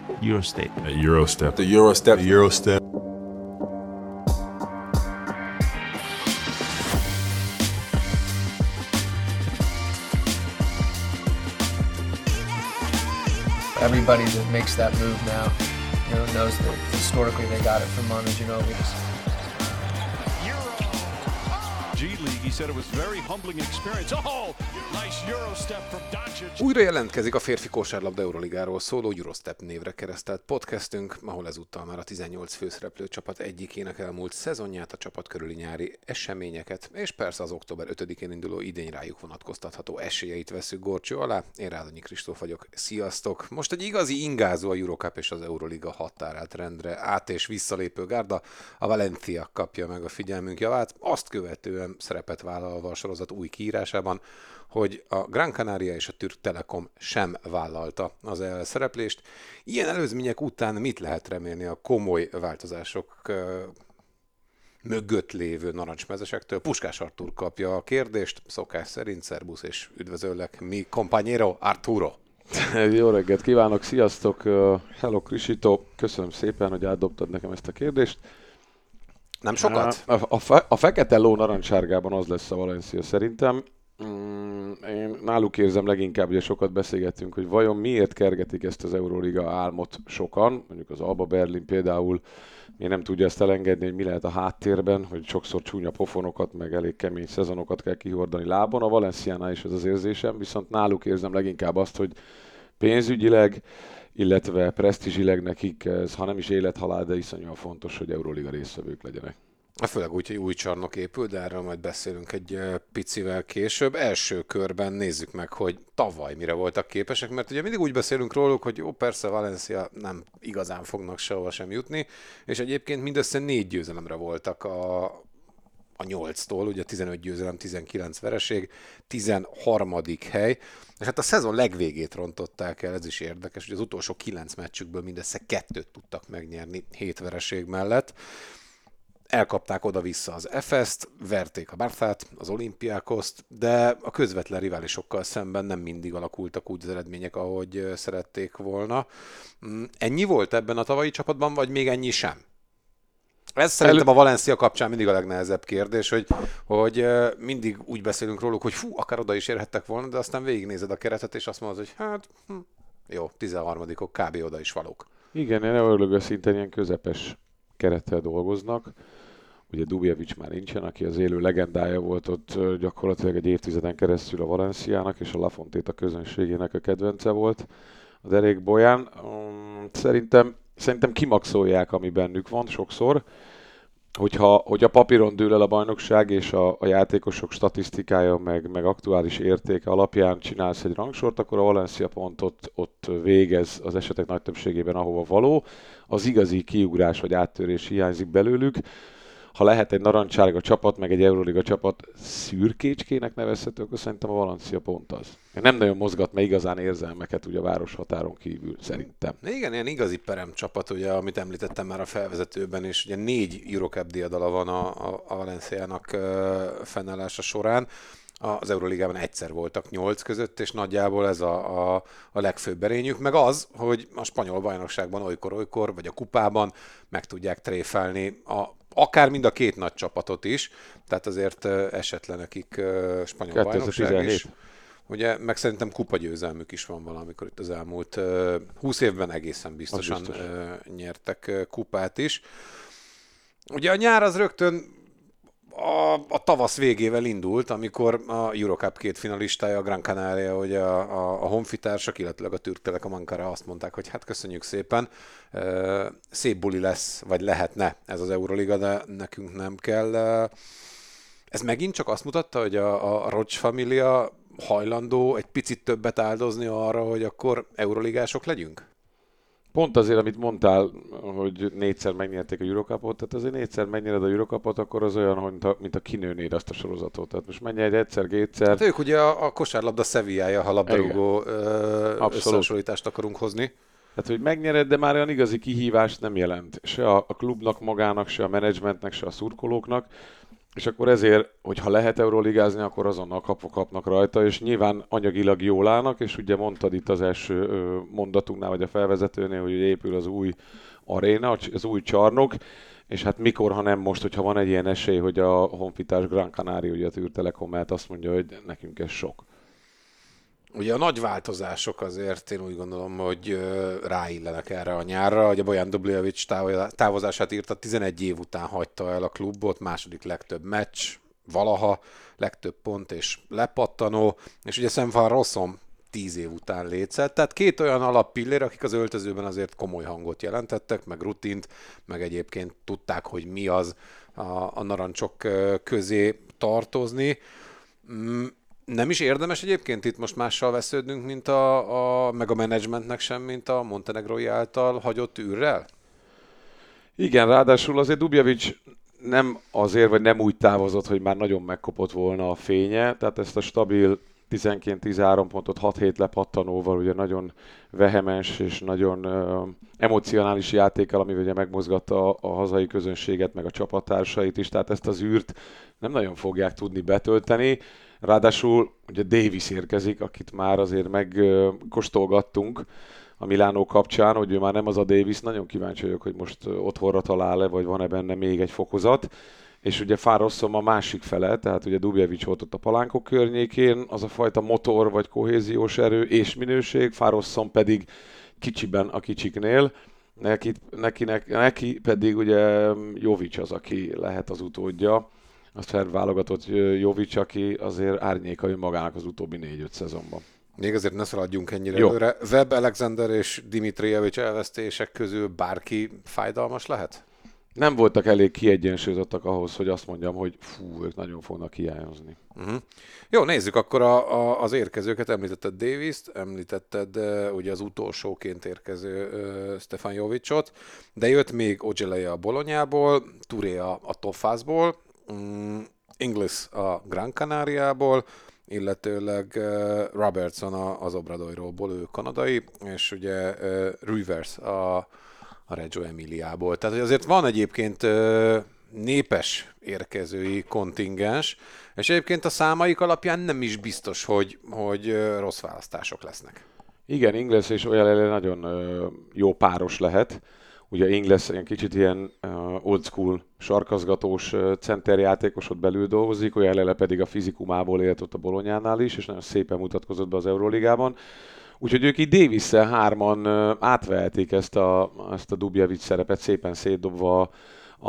Eurostep. Eurostep. The Eurostep. The Eurostep. Everybody that makes that move now, knows that historically they got it from Manu Ginobili. G League, he said it was very humbling experience. Oh, nice Eurostep from Doncic. Újra jelentkezik a férfi kosárlabda Euroligáról szóló Eurostep névre keresztelt podcastünk, ahol ezúttal már a 18 főszereplő csapat egyikének elmúlt szezonját, a csapat körüli nyári eseményeket, és persze az október 5-én induló idény rájuk vonatkoztatható esélyeit veszük górcső alá. Én Rádonyi Kristóf vagyok. Sziasztok! Most egy igazi ingázó a Eurocup és az Euroliga határát rendre át- és visszalépő gárda, a Valencia kapja meg a figyelmünk javát, azt követően szerepet vállalva a sorozat új kiírásában, hogy a Gran Canaria és a Türk Telekom sem vállalta az szereplést. Ilyen előzmények után mit lehet remélni a komoly változások mögött lévő narancsmezesektől? Puskás Artúr kapja a kérdést, szokás szerint. Szerbusz és üdvözöllek, mi compañero Arturo. Jó reggelt kívánok, sziasztok! Hello Krisito, köszönöm szépen, hogy átdobtad nekem ezt a kérdést. Nem sokat? A fekete ló narancssárgában az lesz a Valencia szerintem. Én náluk érzem leginkább, ugye sokat beszélgettünk, hogy vajon miért kergetik ezt az Euroliga álmot sokan, mondjuk az Alba Berlin például, miért nem tudja ezt elengedni, hogy mi lehet a háttérben, hogy sokszor csúnya pofonokat, meg elég kemény szezonokat kell kihordani lábon. A Valenciánál is ez az érzésem, viszont náluk érzem leginkább azt, hogy pénzügyileg, illetve presztízsileg nekik ez, ha nem is élethalál, de iszonyúan fontos, hogy Euroliga résztvevők legyenek. Főleg úgy, hogy új csarnok épül, de erről majd beszélünk egy picivel később. Első körben nézzük meg, hogy tavaly mire voltak képesek, mert ugye mindig úgy beszélünk róluk, hogy jó, persze Valencia nem igazán fognak sehova sem jutni, és egyébként mindössze 4 győzelemre voltak a 8-tól, ugye 15 győzelem, 19 vereség, 13. hely, és hát a szezon legvégét rontották el, ez is érdekes, hogy az utolsó 9 meccsükből mindössze 2-t tudtak megnyerni 7 vereség mellett. Elkapták oda-vissza az Efest, verték a Barthát, az Olympiakoszt, de a közvetlen riválisokkal szemben nem mindig alakultak úgy az eredmények, ahogy szerették volna. Ennyi volt ebben a tavalyi csapatban, vagy még ennyi sem? Ez szerintem a Valencia kapcsán mindig a legnehezebb kérdés, hogy mindig úgy beszélünk róluk, hogy akár oda is érhettek volna, de aztán végignézed a keretet, és azt mondod, hogy hát jó, 13-ok kb. Oda is valók. Igen, én Euroliga szinten ilyen közepes kerettel dolgoznak. Ugye Dubjevic már nincsen, aki az élő legendája volt ott gyakorlatilag egy évtizeden keresztül a Valenciának, és a Lafontéta közönségének a kedvence volt. A Derek Bojan szerintem kimaxolják, ami bennük van sokszor. Hogyha papíron dől el a bajnokság, és a játékosok statisztikája, meg aktuális értéke alapján csinálsz egy rangsort, akkor a Valencia pont ott végez az esetek nagy többségében, ahova való. Az igazi kiugrás vagy áttörés hiányzik belőlük. Ha lehet egy narancsárga csapat, meg egy Euroliga csapat szürkécskének nevezhető, akkor szerintem a Valencia pont az. Nem nagyon mozgat meg igazán érzelmeket ugye a városhatáron kívül, szerintem. Igen, ilyen igazi perem csapat, ugye, amit említettem már a felvezetőben, és ugye 4 Eurocup diadala van a Valenciának fennállása során. Az Euroligában egyszer voltak 8 között, és nagyjából ez a legfőbb erényük, meg az, hogy a spanyol bajnokságban olykor, vagy a kupában meg tudják tréfálni akár mind a 2 nagy csapatot is, tehát azért esetlen nekik spanyol bajnokság is. Ugye, meg szerintem kupagyőzelmük is van valamikor itt az elmúlt 20 évben egészen biztosan nyertek kupát is. Ugye a nyár az rögtön a tavasz végével indult, amikor a Eurocup 2 finalistája, a Gran Canaria, ugye a honfitársak, illetve a Türk Telekom Ankara azt mondták, hogy hát köszönjük szépen, szép buli lesz, vagy lehetne ez az Euroliga, de nekünk nem kell. Ez megint csak azt mutatta, hogy a Roach família hajlandó egy picit többet áldozni arra, hogy akkor euroligások legyünk? Pont azért, amit mondtál, hogy 4-szer megnyerték a Eurocupot, tehát azért 4-szer megnyered a Eurocupot, akkor az olyan, mint a kinőnéd azt a sorozatot. Tehát most menj egyszer, kétszer. Hát ők ugye a kosárlabda Sevillája, ha labdarúgó összehasonlítást akarunk hozni. Tehát, hogy megnyered, de már olyan igazi kihívást nem jelent. Se a klubnak magának, se a menedzsmentnek, se a szurkolóknak. és akkor ezért, hogyha lehet euroligázni, akkor azonnal kapnak rajta, és nyilván anyagilag jól állnak, és ugye mondtad itt az első mondatunknál, vagy a felvezetőnél, hogy épül az új aréna, az új csarnok, és hát mikor, ha nem most, hogyha van egy ilyen esély, hogy a honfitárs Gran Canaria, ugye a Türk Telekom, mert azt mondja, hogy nekünk ez sok. Ugye a nagy változások azért én úgy gondolom, hogy ráillenek erre a nyárra. Ugye Bojan Dubljevic távozását írta, 11 év után hagyta el a klubot, második legtöbb meccs, valaha, legtöbb pont és lepattanó, és ugye Sam van Rossum 10 év után létszett, tehát két olyan alappillér, akik az öltözőben azért komoly hangot jelentettek, meg rutint, meg egyébként tudták, hogy mi az a narancsok közé tartozni. Nem is érdemes egyébként itt most mással vesződnünk, mint meg a menedzsmentnek sem, mint a montenegrói által hagyott űrrel? Igen, ráadásul azért Dubljevic nem azért, vagy nem úgy távozott, hogy már nagyon megkopott volna a fénye, tehát ezt a stabil 12-13 pontot 6-7 lepattanóval, ugye nagyon vehemens és nagyon emocionális játékkal, amivel ugye megmozgatta a hazai közönséget, meg a csapattársait is, tehát ezt az űrt nem nagyon fogják tudni betölteni. Ráadásul ugye Davis érkezik, akit már azért megkóstolgattunk a Milánó kapcsán, hogy ő már nem az a Davis, nagyon kíváncsi vagyok, hogy most otthonra talál-e, vagy van-e benne még egy fokozat. És ugye Fárosszom a másik fele, tehát ugye Dubljevic volt ott a palánkok környékén, az a fajta motor vagy kohéziós erő és minőség, Fárosszom pedig kicsiben a kicsiknél, neki pedig ugye Jovic az, aki lehet az utódja, a szerb válogatott Jovic, aki azért árnyéka önmagának az utóbbi 4-5 szezonban. Még azért ne szaladjunk ennyire előre. Webb, Alexander és Dimitrijevic elvesztések közül bárki fájdalmas lehet? Nem voltak elég kiegyensúlyozottak ahhoz, hogy azt mondjam, hogy ők nagyon fognak hiányozni. Jó, nézzük akkor az érkezőket. Említetted Davis-t, említetted ugye az utolsóként érkező Stefan Jovicot, de jött még Ogilvy a Bolognából, Touré a Tofászból, Inglis a Gran Canariából, illetőleg Robertson az Obradoiróból, ő kanadai, és ugye Rivers a Reggio Emiliából. Tehát hogy azért van egyébként népes érkezői kontingens, és egyébként a számaik alapján nem is biztos, hogy rossz választások lesznek. Igen, Ingles és Ojelele nagyon jó páros lehet. Ugye Ingles ilyen kicsit ilyen old school sarkazgatós centerjátékos ott belül dolgozik, Ojelele pedig a fizikumából élt ott a Bolonyánál is, és nagyon szépen mutatkozott be az Euróligában. Úgyhogy ők így Davis-szel hárman átvehetik ezt a Dubljevic szerepet, szépen szétdobva a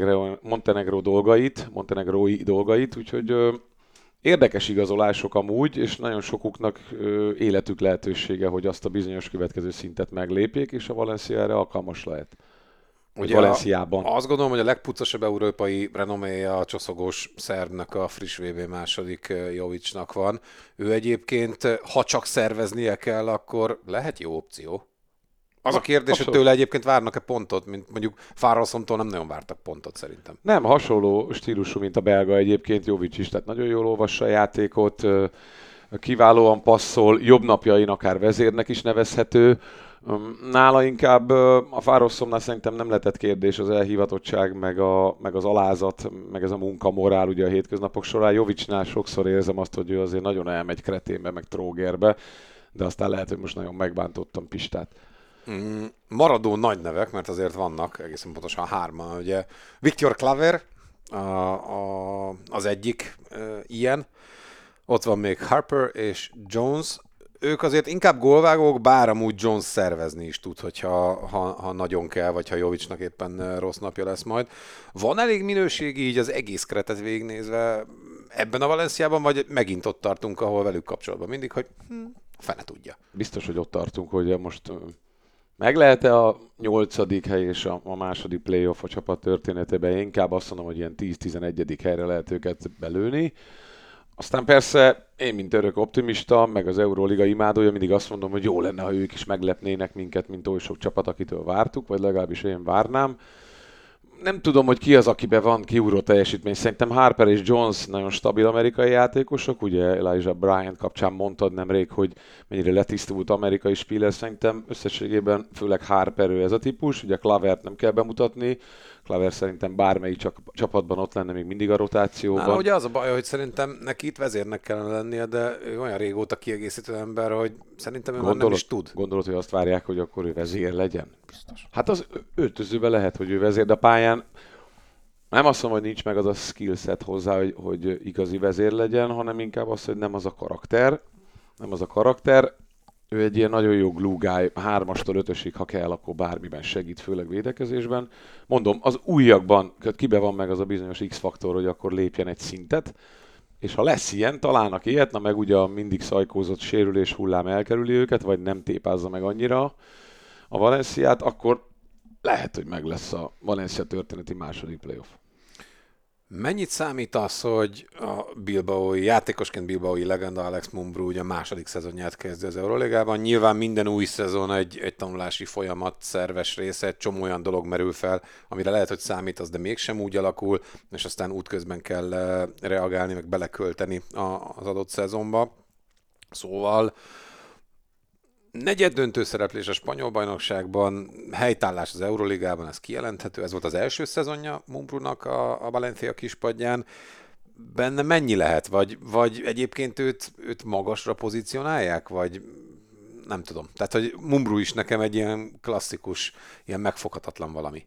montenegrói dolgait, úgyhogy érdekes igazolások amúgy, és nagyon sokuknak életük lehetősége, hogy azt a bizonyos következő szintet meglépjék, és a Valencia erre alkalmas lehet. Ugye Valenciában. Azt gondolom, hogy a legpuccosabb európai renoméja a csoszogós szerbnek, a friss VB második Jovicnak van. Ő egyébként, ha csak szerveznie kell, akkor lehet jó opció. Az a kérdés, hogy tőle egyébként várnak-e pontot, mint mondjuk Fároszomtól nem nagyon vártak pontot szerintem. Nem, hasonló stílusú, mint a belga egyébként, Jovic is, tehát nagyon jól olvassa a játékot, kiválóan passzol, jobb napjain akár vezérnek is nevezhető. Nála inkább a Fároszomnál szerintem nem letett kérdés az elhivatottság, meg az alázat, meg ez a munkamorál ugye a hétköznapok során. Jovicnál sokszor érzem azt, hogy ő azért nagyon elmegy kreténbe, meg trógerbe, de aztán lehet, hogy most nagyon megbántottam Pistát. Maradó nagy nevek, mert azért vannak, egészen pontosan 3-an, ugye Viktor Klaver az egyik ilyen, ott van még Harper és Jones, ők azért inkább gólvágók, bár amúgy Jones szervezni is tud, ha nagyon kell, vagy ha Jovicnak éppen rossz napja lesz majd. Van elég minőség így az egész keretet végignézve ebben a Valenciában, vagy megint ott tartunk, ahol velük kapcsolatban mindig, hogy fene tudja. Biztos, hogy ott tartunk, hogy most meg lehet-e a 8. hely és a második playoff a csapat történetében? Inkább azt mondom, hogy ilyen 10-11. helyre lehet őket belőni. Aztán persze én, mint örök optimista, meg az Euróliga imádója, mindig azt mondom, hogy jó lenne, ha ők is meglepnének minket, mint oly sok csapat, akitől vártuk, vagy legalábbis én várnám. Nem tudom, hogy ki az, akiben van kiugró teljesítmény. Szerintem Harper és Jones nagyon stabil amerikai játékosok. Ugye Elijah Bryant kapcsán mondtad nemrég, hogy mennyire letisztult amerikai spieler. Szerintem összességében főleg Harper ő ez a típus. Ugye Klavert nem kell bemutatni. Klaver szerintem bármelyik csapatban ott lenne még mindig a rotációban. Nála ugye az a baj, hogy szerintem neki itt vezérnek kellene lennie, de ő olyan régóta kiegészítő ember, hogy szerintem ő már nem is tud. Gondolod, hogy azt várják, hogy akkor ő vezér legyen? Biztos. Hát az öltözőben lehet, hogy ő vezér, de a pályán nem azt mondom, hogy nincs meg az a skillset hozzá, hogy igazi vezér legyen, hanem inkább az, hogy nem az a karakter. Ő egy ilyen nagyon jó glue guy, 3-astól 5-ösig, ha kell, akkor bármiben segít, főleg védekezésben. Mondom, az újakban kibe van meg az a bizonyos X-faktor, hogy akkor lépjen egy szintet, és ha lesz ilyen, találnak ilyet, na meg ugye a mindig szajkózott sérülés hullám elkerüli őket, vagy nem tépázza meg annyira a Valenciát, akkor lehet, hogy meg lesz a Valencia történeti második playoff. Mennyit számít az, hogy a bilbaói, játékosként bilbaói legenda Alex Mumbrú ugye a második szezonját kezdi az Euroligában? Nyilván minden új szezon egy tanulási folyamat szerves része, egy csomó olyan dolog merül fel, amire lehet, hogy számítasz, de mégsem úgy alakul, és aztán útközben kell reagálni, meg belekölteni az adott szezonba. Szóval negyeddöntő szereplés a spanyol bajnokságban, helytállás az Euroligában, ez kijelenthető, ez volt az első szezonja Mumbrúnak a Valencia kispadján. Benne mennyi lehet? Vagy egyébként őt magasra pozícionálják? Vagy nem tudom. Tehát, hogy Mumbrú is nekem egy ilyen klasszikus, ilyen megfoghatatlan valami.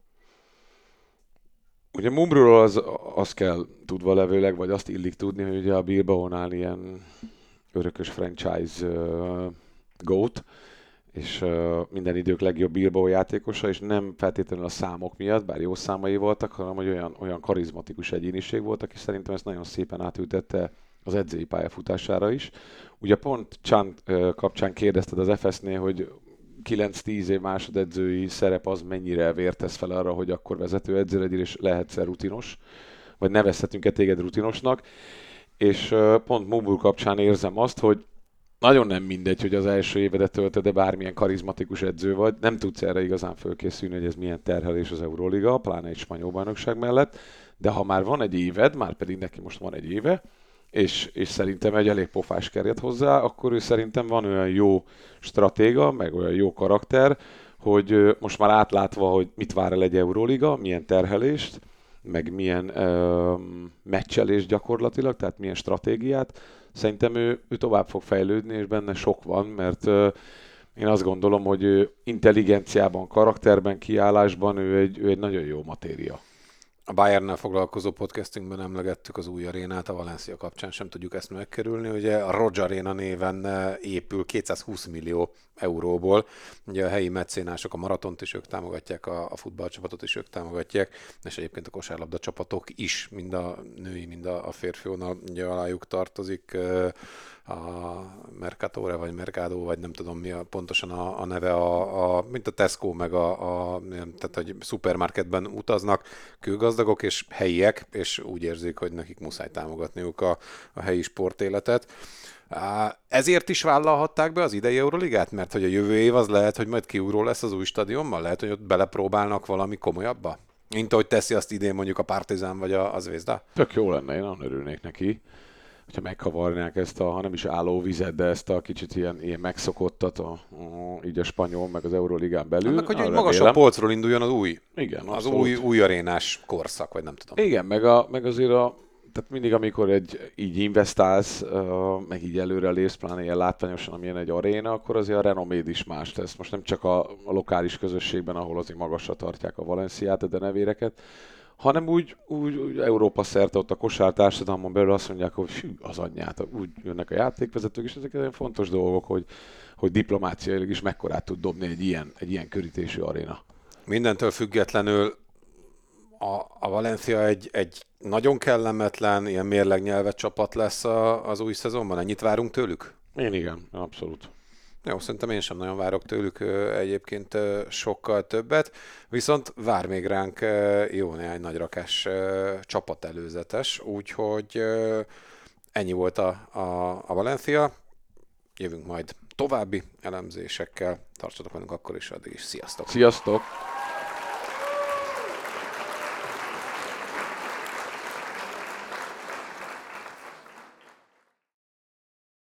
Ugye Mumbrúról az kell tudva levőleg, vagy azt illik tudni, hogy ugye a Bilbaónál ilyen örökös franchise GOAT, és minden idők legjobb Bilbao játékosa, és nem feltétlenül a számok miatt, bár jó számai voltak, hanem hogy olyan karizmatikus egyéniség volt, aki szerintem ezt nagyon szépen átültette az edzői pályafutására is. Ugye pont Chan kapcsán kérdezted az FS-nél, hogy 9-10 év másodedzői szerep az mennyire vértesz fel arra, hogy akkor vezetőedző legyél, és lehetsz rutinos, vagy nevezhetünk-e téged rutinosnak, és pont Mumbrú kapcsán érzem azt, hogy nagyon nem mindegy, hogy az első évedet töltöd, de bármilyen karizmatikus edző vagy, nem tudsz erre igazán fölkészülni, hogy ez milyen terhelés az Euroliga, pláne egy spanyol bajnokság mellett, de ha már van egy éved, már pedig neki most van egy éve, és szerintem egy elég pofás kerjet hozzá, akkor ő szerintem van olyan jó stratéga, meg olyan jó karakter, hogy most már átlátva, hogy mit vár el egy Euroliga, milyen terhelést, meg milyen meccselést gyakorlatilag, tehát milyen stratégiát, szerintem ő tovább fog fejlődni, és benne sok van, mert én azt gondolom, hogy ő intelligenciában, karakterben, kiállásban ő egy nagyon jó matéria. A Bayernnel foglalkozó podcastünkben emlegettük az új arénát, a Valencia kapcsán sem tudjuk ezt megkerülni. Ugye a Roger Arena néven épül 220 millió euróból. Ugye a helyi mecénások a maratont is ők támogatják, a futballcsapatot is ők támogatják, és egyébként a kosárlabda csapatok is, mind a női, mind a férfi vonal ugye alájuk tartozik. A Mercatore, vagy Mercado, vagy nem tudom mi pontosan a neve, mint a Tesco, meg tehát hogy szupermarketben utaznak, kőgazdagok és helyiek, és úgy érzik, hogy nekik muszáj támogatniuk a helyi sportéletet. Ezért is vállalhatták be az idei Euroligát? Mert hogy a jövő év az lehet, hogy majd kiugró lesz az új stadionban? Lehet, hogy ott belepróbálnak valami komolyabba? Mint ahogy teszi azt idén mondjuk a Partizan vagy a Zvezda? Tök jó lenne, én nagyon örülnék neki, hogyha megkavarnák ezt ha nem is álló vizet, de ezt a kicsit ilyen megszokottat így a spanyol, meg az Euroligán belül. Meg hogy magasabb polcról induljon az új, igen, az új arénás korszak, vagy nem tudom. Igen, meg azért tehát mindig, amikor így investálsz, meg így előre lépsz, pláne ilyen látványosan, amilyen egy aréna, akkor azért a renoméd is más tesz. Most nem csak a lokális közösségben, ahol azért magasra tartják a Valenciát, de nevéreket, hanem úgy Európa szerte ott a kosártársadalmon belül azt mondják, hogy fű, az anyját, úgy jönnek a játékvezetők, és ezek olyan fontos dolgok, hogy diplomáciailag is mekkorát tud dobni egy ilyen körítésű aréna. Mindentől függetlenül a Valencia egy nagyon kellemetlen, ilyen mérlegnyelvet csapat lesz az új szezonban. Ennyit várunk tőlük? Én igen, abszolút. Jó, szerintem én sem nagyon várok tőlük egyébként sokkal többet, viszont vár még ránk jó néhány nagyrakás csapatelőzetes, úgyhogy ennyi volt a Valencia. Jövünk majd további elemzésekkel. Tartsatok velünk akkor is, addig is. Sziasztok! Sziasztok!